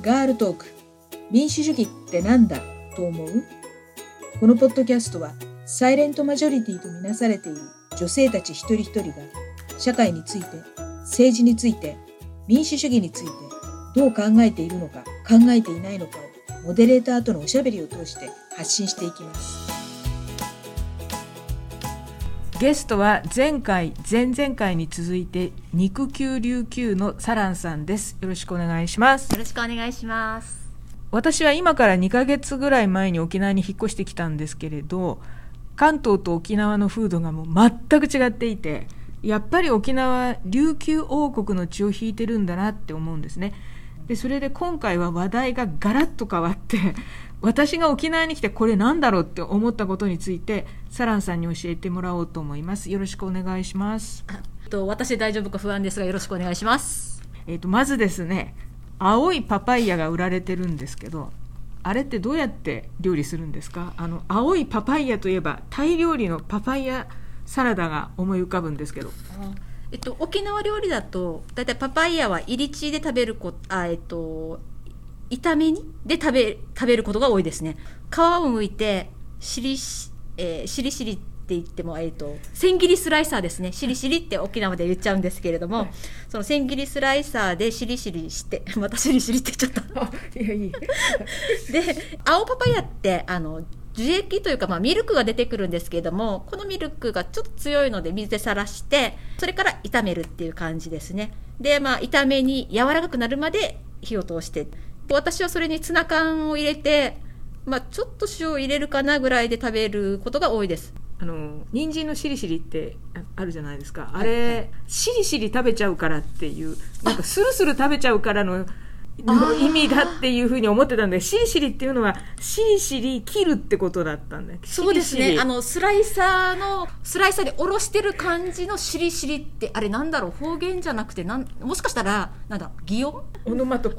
ガールトーク、民主主義ってなんだと思う？このポッドキャストはサイレントマジョリティとみなされている女性たち一人一人が社会について、政治について、民主主義についてどう考えているのか考えていないのかをモデレーターとのおしゃべりを通して発信していきます。ゲストは前回前々回に続いて肉球琉球のサランさんです。よろしくお願いします。 よろしくお願いします。 私は今から2ヶ月ぐらい前に沖縄に引っ越してきたんですけれど、関東と沖縄の風土がもう全く違っていて、やっぱり沖縄琉球王国の血を引いてるんだなって思うんですね。でそれで今回は話題がガラッと変わって、私が沖縄に来てこれなんだろうって思ったことについてサランさんに教えてもらおうと思います。よろしくお願いします。 私大丈夫か不安ですがよろしくお願いします。 まずですね、青いパパイヤが売られてるんですけど、あれってどうやって料理するんですか？青いパパイヤといえばタイ料理のパパイヤサラダが思い浮かぶんですけど、 沖縄料理だとだいたいパパイヤはイリチで食べる炒め煮で食べることが多いですね。皮を剥いてしりしりって言っても、千切りスライサーですね。しりしりって沖縄で言っちゃうんですけれども、はい、その千切りスライサーでしりしりしてまたしりしりって言っちゃったいやいいで青パパイヤって樹液というか、ミルクが出てくるんですけれども、このミルクがちょっと強いので水でさらして、それから炒めるっていう感じですね。で、炒めに柔らかくなるまで火を通して、私はそれにツナ缶を入れて、ちょっと塩を入れるかなぐらいで食べることが多いです。 人参のしりしりってあるじゃないですか。あれ、はい、しりしり食べちゃうからっていう、なんかスルスル食べちゃうからの意味だっていうふうに思ってたんで、しりしりっていうのはしりしり切るってことだったんだ。 そうですね。スライサーでおろしてる感じのしりしりって、あれなんだろう、方言じゃなくてもしかしたら擬音、 オノマトペ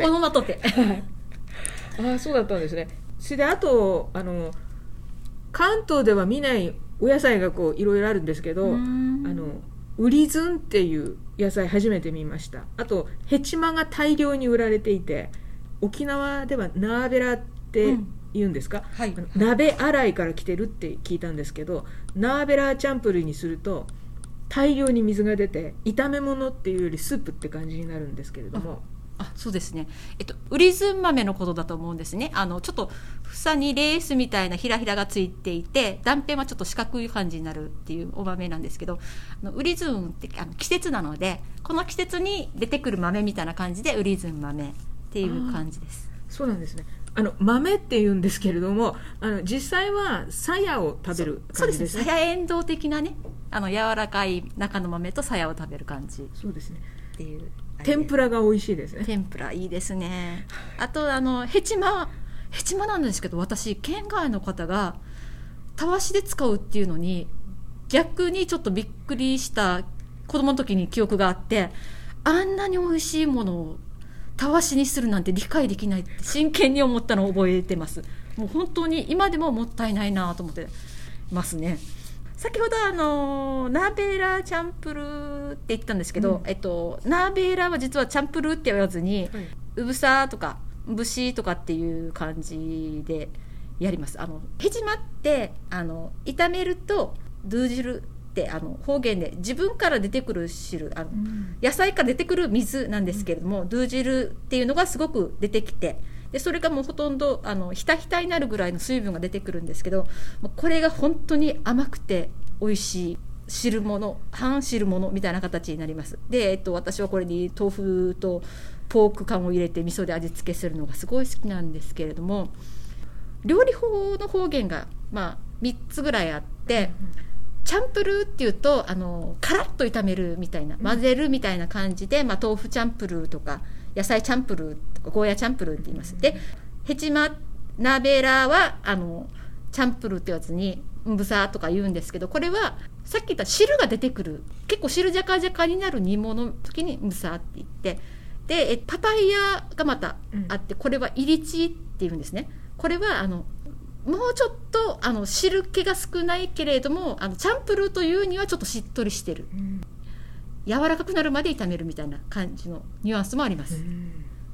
ああ、そうだったんですね。それであと関東では見ないお野菜がいろいろあるんですけど、ウリズンっていう野菜初めて見ました。あとヘチマが大量に売られていて、沖縄ではナーベラって言うんですか、はい、鍋洗いから来てるって聞いたんですけど、ナーベラチャンプルーにすると大量に水が出て炒め物っていうよりスープって感じになるんですけれども、 そうですね。ウリズン豆のことだと思うんですね。ちょっと房にレースみたいなひらひらがついていて、断片はちょっと四角い感じになるっていうお豆なんですけど、ウリズンって季節なので、この季節に出てくる豆みたいな感じでウリズン豆っていう感じです。 そうなんですね。豆って言うんですけれども、実際は鞘を食べる感じですね。 そうですね。鞘エンドウ的なね、柔らかい中の豆と鞘を食べる感じ。 そうですね。 っていう。 天ぷらが美味しいですね。 天ぷらいいですね。あとヘチマなんですけど、私県外の方がたわしで使うっていうのに逆にちょっとびっくりした子供の時に記憶があって、あんなに美味しいものをたわしにするなんて理解できないって真剣に思ったのを覚えてます。もう本当に今でももったいないなと思ってますね。先ほどナーベーラーチャンプルーって言ったんですけど、ナーベーラーは実はチャンプルーって言わずに、うぶさとかぶしとかっていう感じでやります。ヘチマって炒めるとドゥージルって方言で自分から出てくる汁、野菜から出てくる水なんですけれども、ドゥージルっていうのがすごく出てきて、でそれがもうほとんどひたひたになるぐらいの水分が出てくるんですけど、もうこれが本当に甘くて美味しい汁物、半汁物みたいな形になります。で、私はこれに豆腐とポーク缶を入れて味噌で味付けするのがすごい好きなんですけれども、料理法の方言が3つぐらいあって、チャンプルーっていうとカラッと炒めるみたいな、混ぜるみたいな感じで、豆腐チャンプルーとか野菜チャンプルーとかゴーヤチャンプルーって言います。でヘチマナーベーラーはチャンプルーって言わずにブサーとか言うんですけど、これはさっき言った汁が出てくる、結構汁じゃかじゃかになる煮物の時にブサーって言って、でパパイヤがまたあって、これはイリチっていうんですね。これはもうちょっと汁気が少ないけれどもチャンプルーというにはちょっとしっとりしてる、柔らかくなるまで炒めるみたいな感じのニュアンスもあります。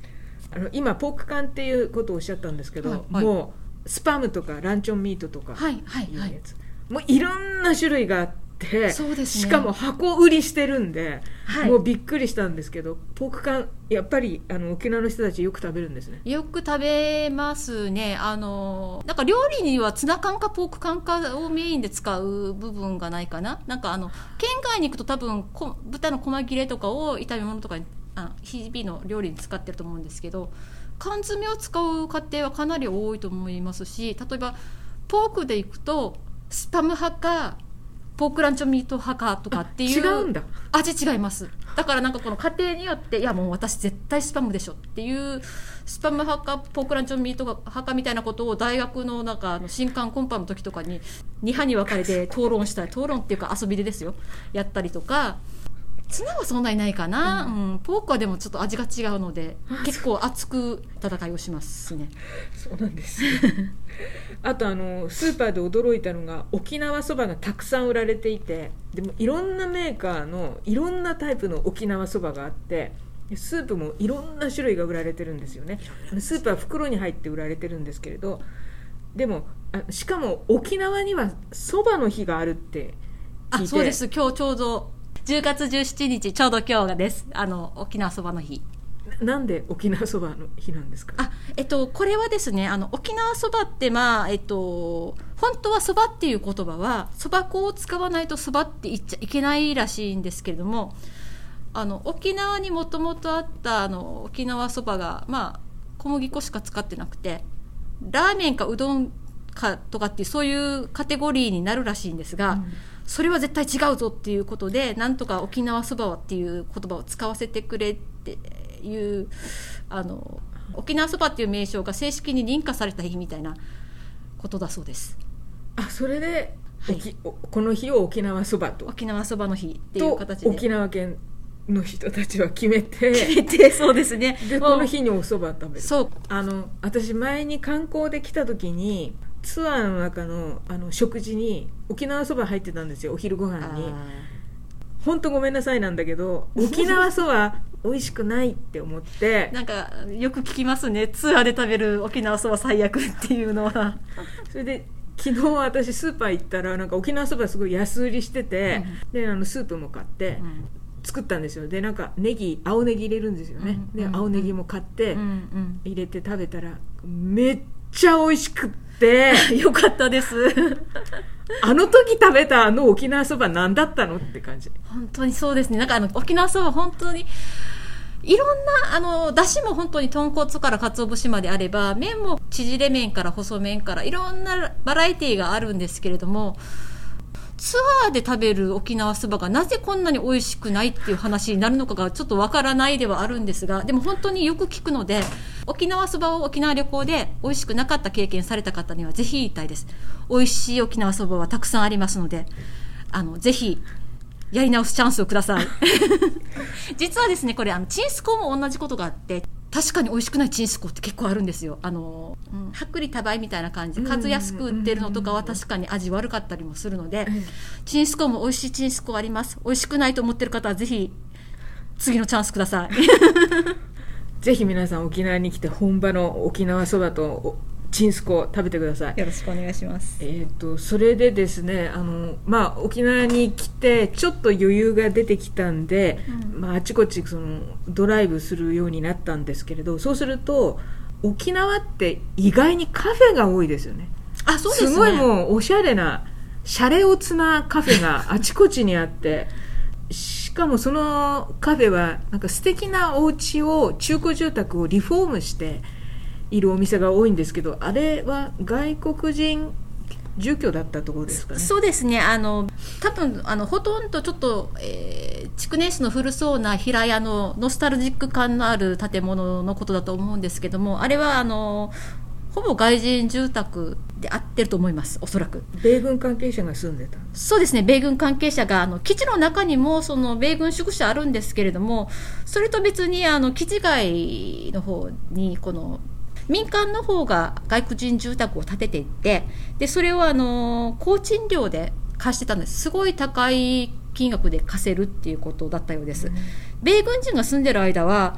今ポーク缶っていうことをおっしゃったんですけど、 はいはい、 もうスパムとかランチョンミートとかいうやつ、 はいはいはい、 もういろんな種類があって、 そうですね、 しかも箱売りしてるんで、 はい、 もうびっくりしたんですけど、ポーク缶やっぱり沖縄の人たちよく食べるんですね。 よく食べますね。なんか料理にはツナ缶かポーク缶かをメインで使う部分がないかな。なんか県外に行くと多分豚の細切れとかを炒め物とかに日々の料理に使ってると思うんですけど、缶詰を使う家庭はかなり多いと思いますし、例えばポークで行くとスパム派かポークランチョンミート派かとかっていう、 違うんだ、 味違います。だからなんかこの家庭によって、いやもう私絶対スパムでしょっていうスパム派かポークランチョンミート派かみたいなことを大学のなんか新歓コンパの時とかに2派に分かれて討論っていうか遊びでですよ、やったりとか。ツナはそんなにないかな、ポークはでもちょっと味が違うので結構熱く戦いをしますね。 そうなんですよあとスーパーで驚いたのが沖縄そばがたくさん売られていて、でもいろんなメーカーのいろんなタイプの沖縄そばがあって、スープもいろんな種類が売られてるんですよね。スープは袋に入って売られてるんですけれど、でもしかも沖縄にはそばの日があるって聞いて。 そうです、今日ちょうど10月17日ちょうど今日がです。沖縄そばの日。 なんで沖縄そばの日なんですか？ これはですね、沖縄そばって本当はそばっていう言葉はそば粉を使わないとそばって言っちゃいけないらしいんですけれども、沖縄にもともとあった沖縄そばが小麦粉しか使ってなくて、ラーメンかうどんかとかっていうそういうカテゴリーになるらしいんですが、それは絶対違うぞっていうことで、なんとか沖縄そばっていう言葉を使わせてくれっていう沖縄そばっていう名称が正式に認可された日みたいなことだそうです。 それで、はい、この日を沖縄そばと、 沖縄そばの日っていう形で沖縄県の人たちは決めてそうですね。 でこの日におそば食べる。 そう、 私前に観光で来た時にツアーの中の食事に沖縄そば入ってたんですよ、お昼ご飯に。本当ごめんなさいなんだけど、沖縄そば美味しくないって思ってなんかよく聞きますね、ツアーで食べる沖縄そば最悪っていうのはそれで昨日私スーパー行ったらなんか沖縄そばすごい安売りしてて、でスープも買って作ったんですよ。でなんか青ネギ入れるんですよね、で青ネギも買って入れて食べたらめっちゃ美味しくってよかったですあの時食べた沖縄そば何だったのって感じ。 本当にそうですね。なんか沖縄そば本当にいろんなだしも本当に豚骨から鰹節まであれば、麺も縮れ麺から細麺からいろんなバラエティがあるんですけれども、ツアーで食べる沖縄そばがなぜこんなに美味しくないっていう話になるのかがちょっとわからないではあるんですが、でも本当によく聞くので、沖縄そばを沖縄旅行で美味しくなかった経験された方にはぜひ言いたいです。美味しい沖縄そばはたくさんありますので、ぜひやり直すチャンスをください実はですね、これチンスコーも同じことがあって、確かに美味しくないチンスコーって結構あるんですよ。薄利多売みたいな感じで数安く売ってるのとかは確かに味悪かったりもするので、チンスコーも美味しいチンスコーあります。美味しくないと思ってる方はぜひ次のチャンスくださいぜひ皆さん沖縄に来て本場の沖縄そばとチンスコ食べてください。 よろしくお願いします。 それでですね、沖縄に来てちょっと余裕が出てきたんで、あちこちドライブするようになったんですけれど、そうすると沖縄って意外にカフェが多いですよね。 そうですね。 すごいもうおしゃれなシャレオツなカフェがあちこちにあってしかもそのカフェはなんか素敵なお家を中古住宅をリフォームしているお店が多いんですけど、あれは外国人住居だったところですかね。 そうですね。多分ほとんどちょっと、築年数の古そうな平屋のノスタルジック感のある建物のことだと思うんですけども、あれはほぼ外人住宅で合ってると思います、おそらく。 米軍関係者が住んでた。 そうですね、米軍関係者が基地の中にもその米軍宿舎あるんですけれども、それと別に基地外の方にこの民間の方が外国人住宅を建てていって、でそれを工賃料で貸してたんです。すごい高い金額で貸せるっていうことだったようです。米軍人が住んでる間は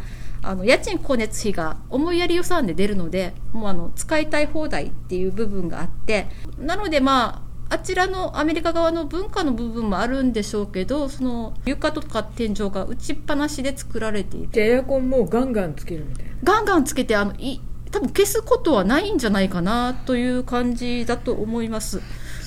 家賃光熱費が思いやり予算で出るので、もう使いたい放題っていう部分があって、なのであちらのアメリカ側の文化の部分もあるんでしょうけど、その床とか天井が打ちっぱなしで作られていて、 エアコンもガンガンつけるみたいな、 ガンガンつけて多分消すことはないんじゃないかなという感じだと思います。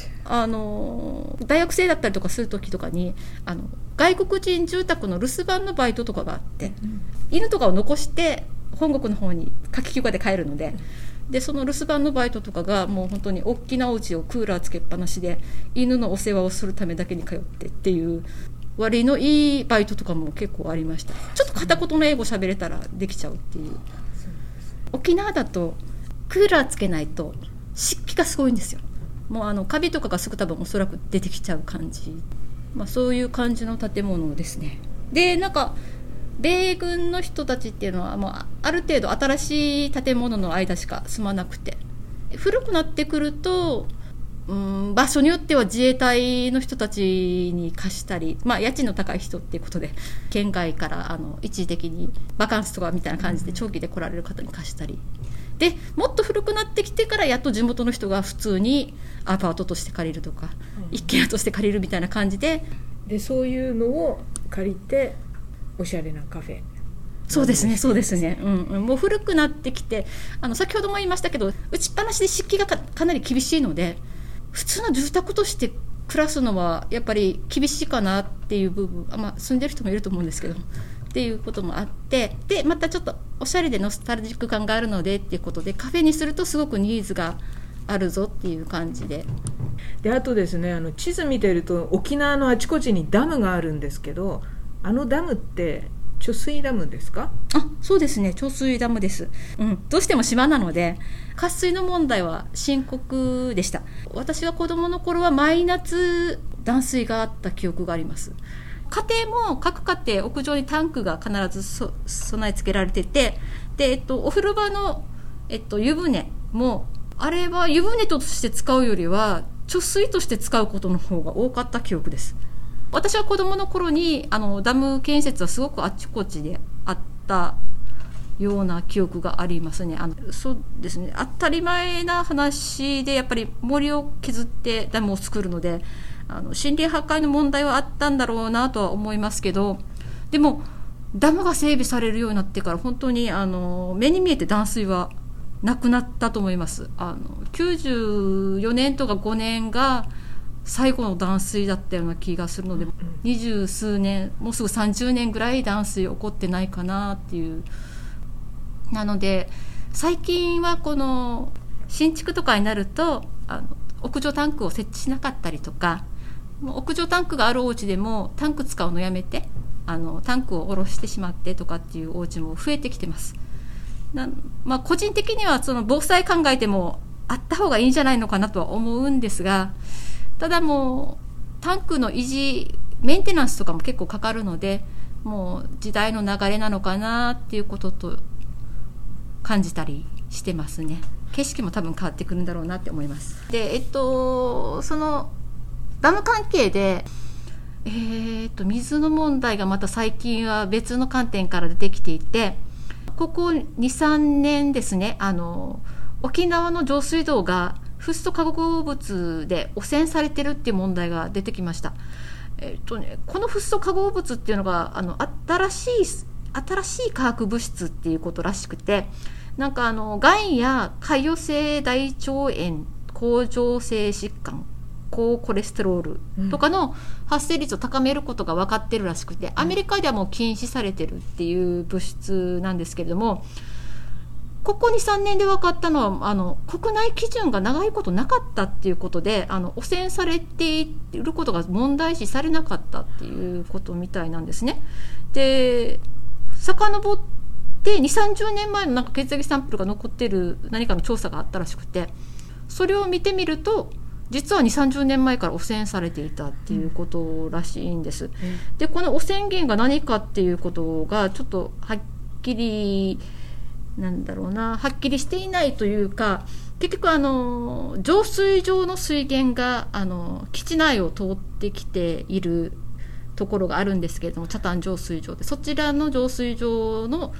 大学生だったりとかする時とかに外国人住宅の留守番のバイトとかがあって、犬とかを残して本国の方に夏季休暇で帰るので、その留守番のバイトとかがもう本当に大きなお家をクーラーつけっぱなしで犬のお世話をするためだけに通ってっていう割のいいバイトとかも結構ありました。ちょっと片言の英語喋れたらできちゃうっていう。沖縄だとクーラーつけないと湿気がすごいんですよ。もうカビとかがすぐ多分おそらく出てきちゃう感じ、そういう感じの建物ですね。でなんか米軍の人たちっていうのはある程度新しい建物の間しか住まなくて、古くなってくると場所によっては自衛隊の人たちに貸したり、家賃の高い人っていうことで県外から一時的にバカンスとかみたいな感じで長期で来られる方に貸したりで、もっと古くなってきてからやっと地元の人が普通にアパートとして借りるとか、一軒家として借りるみたいな感じで、 そういうのを借りておしゃれなカフェ。 そうですね、そうですね、もう古くなってきて先ほども言いましたけど、打ちっぱなしで湿気が かなり厳しいので、普通の住宅として暮らすのはやっぱり厳しいかなっていう部分、住んでる人もいると思うんですけどっていうこともあって、でまたちょっとおしゃれでノスタルジック感があるのでっていうことで、カフェにするとすごくニーズがあるぞっていう感じで。 あとですね、地図見てると沖縄のあちこちにダムがあるんですけど、ダムって貯水ダムですか？ そうですね、貯水ダムです、どうしても島なので渇水の問題は深刻でした。私は子どもの頃は毎夏断水があった記憶があります。家庭も各家庭屋上にタンクが必ず備え付けられてて、で、お風呂場の、湯船もあれは湯船として使うよりは貯水として使うことの方が多かった記憶です。私は子どもの頃にダム建設はすごくあちこちであったような記憶がありますね。そうですね、当たり前な話でやっぱり森を削ってダムを作るので森林破壊の問題はあったんだろうなとは思いますけど、でもダムが整備されるようになってから本当に目に見えて断水はなくなったと思います。94年とか5年が最後の断水だったような気がするので、20数年、もうすぐ30年ぐらい断水起こってないかなっていう。なので最近はこの新築とかになると屋上タンクを設置しなかったりとか、屋上タンクがあるお家でもタンク使うのやめてタンクを下ろしてしまってとかっていうお家も増えてきてます。個人的にはその防災考えてもあった方がいいんじゃないのかなとは思うんですが、ただもうタンクの維持メンテナンスとかも結構かかるので、もう時代の流れなのかなっていうことと感じたりしてますね。景色も多分変わってくるんだろうなって思います。で、そのダム関係で水の問題がまた最近は別の観点から出てきていて、ここ 2,3 年ですね、沖縄の上水道がフッ素化合物で汚染されてるっていう問題が出てきました。このフッ素化合物っていうのが新しい化学物質っていうことらしくて、なんかがんや潰瘍性大腸炎、甲状腺疾患、高コレステロールとかの発生率を高めることが分かってるらしくて、アメリカではもう禁止されてるっていう物質なんですけれども、ここ 2,3 年で分かったのは国内基準が長いことなかったっていうことで汚染されていることが問題視されなかったっていうことみたいなんですね。で、遡って2、30年前のなんか血液サンプルが残っている何かの調査があったらしくて、それを見てみると実は 2,30 年前から汚染されていたっていうことらしいんです。で、この汚染源が何かっていうことがちょっとはっきりはっきりしていないというか、結局浄水場の水源が基地内を通ってきているところがあるんですけれども、北谷浄水場で、そちらの浄水場の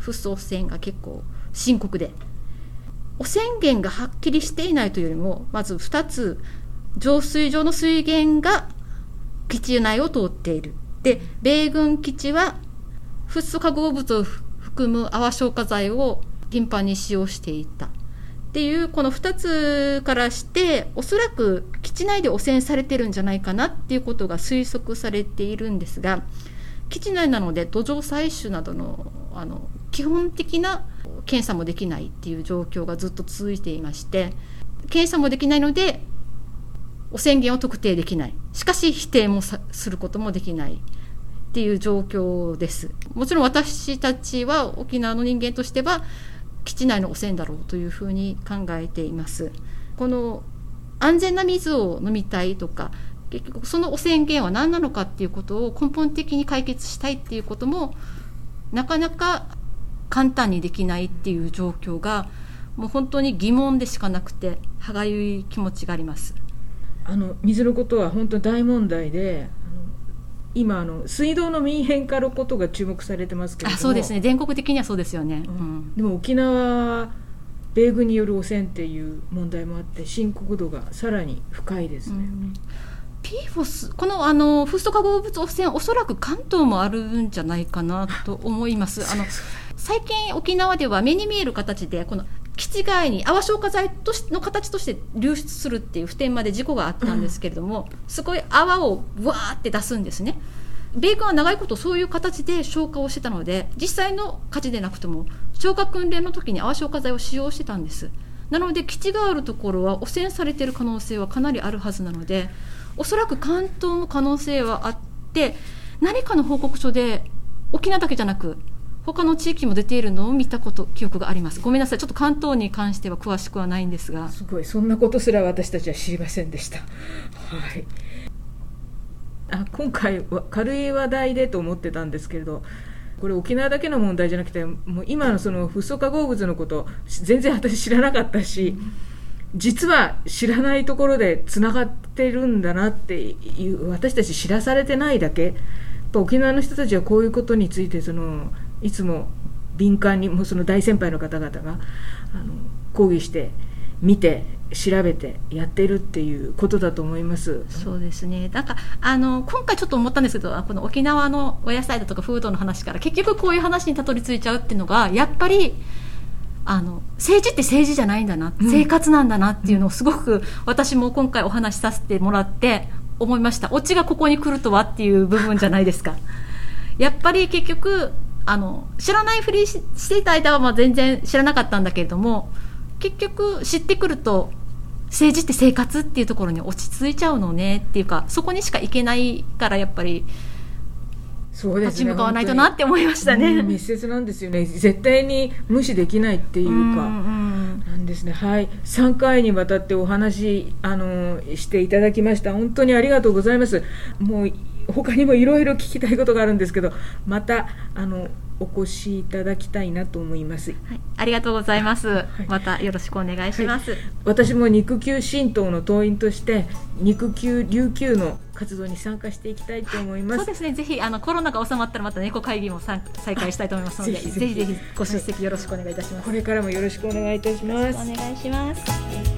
フッ素汚染が結構深刻で、汚染源がはっきりしていないというよりも、まず2つ、浄水場の水源が基地内を通っている。で、米軍基地はフッ素化合物を含む泡消火剤を頻繁に使用していたっていう、この2つからしておそらく基地内で汚染されてるんじゃないかなっていうことが推測されているんですが、基地内なので土壌採取などの基本的な検査もできないっていう状況がずっと続いていまして、検査もできないので汚染源を特定できない、しかし否定もすることもできないっていう状況です。もちろん私たちは沖縄の人間としては基地内の汚染だろうというふうに考えています。この安全な水を飲みたいとか、結局その汚染源は何なのかっていうことを根本的に解決したいっていうこともなかなか簡単にできないっていう状況がもう本当に疑問でしかなくて、歯がゆい気持ちがあります。 水のことは本当に大問題で、今水道の民変化のことが注目されてますけれども、 そうですね、全国的にはそうですよね、 でも沖縄は米軍による汚染っていう問題もあって深刻度がさらに深いですね。 PFOS、このフッ素化合物汚染、おそらく関東もあるんじゃないかなと思います。最近沖縄では目に見える形でこの基地外に泡消火剤の形として流出するっていう普天間で事故があったんですけれども、すごい泡をわーって出すんですね。米軍は長いことそういう形で消火をしてたので、実際の火事でなくても消火訓練の時に泡消火剤を使用してたんです。なので基地があるところは汚染されている可能性はかなりあるはずなので、おそらく関東も可能性はあって、何かの報告書で沖縄だけじゃなく他の地域も出ているのを見た記憶があります。ごめんなさい、ちょっと関東に関しては詳しくはないんですが、 すごい、そんなことすら私たちは知りませんでした。はい。今回は軽い話題でと思ってたんですけれど、これ沖縄だけの問題じゃなくて、もう今のそのフッ素化合物のこと全然私知らなかったし、実は知らないところでつながってるんだなっていう、私たち知らされてないだけ。やっぱ沖縄の人たちはこういうことについていつも敏感に、もうその大先輩の方々が講義して見て調べてやってるっていうことだと思います。 そうですね。なんか今回ちょっと思ったんですけど、この沖縄のお野菜だとかフードの話から結局こういう話にたどり着いちゃうっていうのが、やっぱり政治って政治じゃないんだな、生活なんだなっていうのをすごく私も今回お話しさせてもらって思いました。オチがここに来るとはっていう部分じゃないですか。やっぱり結局知らないふりしていた間は全然知らなかったんだけれども、結局知ってくると政治って生活っていうところに落ち着いちゃうのねっていうか、そこにしか行けないから、やっぱりそうですね、 立ち向かわないとなって思いましたね。 密接なんですよね。絶対に無視できないっていうかなんですね。はい、3回にわたってお話していただきました。本当にありがとうございます。もう他にもいろいろ聞きたいことがあるんですけど、またお越しいただきたいなと思います。 はい、ありがとうございます。またよろしくお願いします。 私も肉球新党の党員として肉球琉球の活動に参加していきたいと思います。 そうですね。ぜひコロナが収まったらまた猫会議も再開したいと思いますので、ぜひぜひご出席よろしくお願いいたします。 これからもよろしくお願いいたします。 お願いします。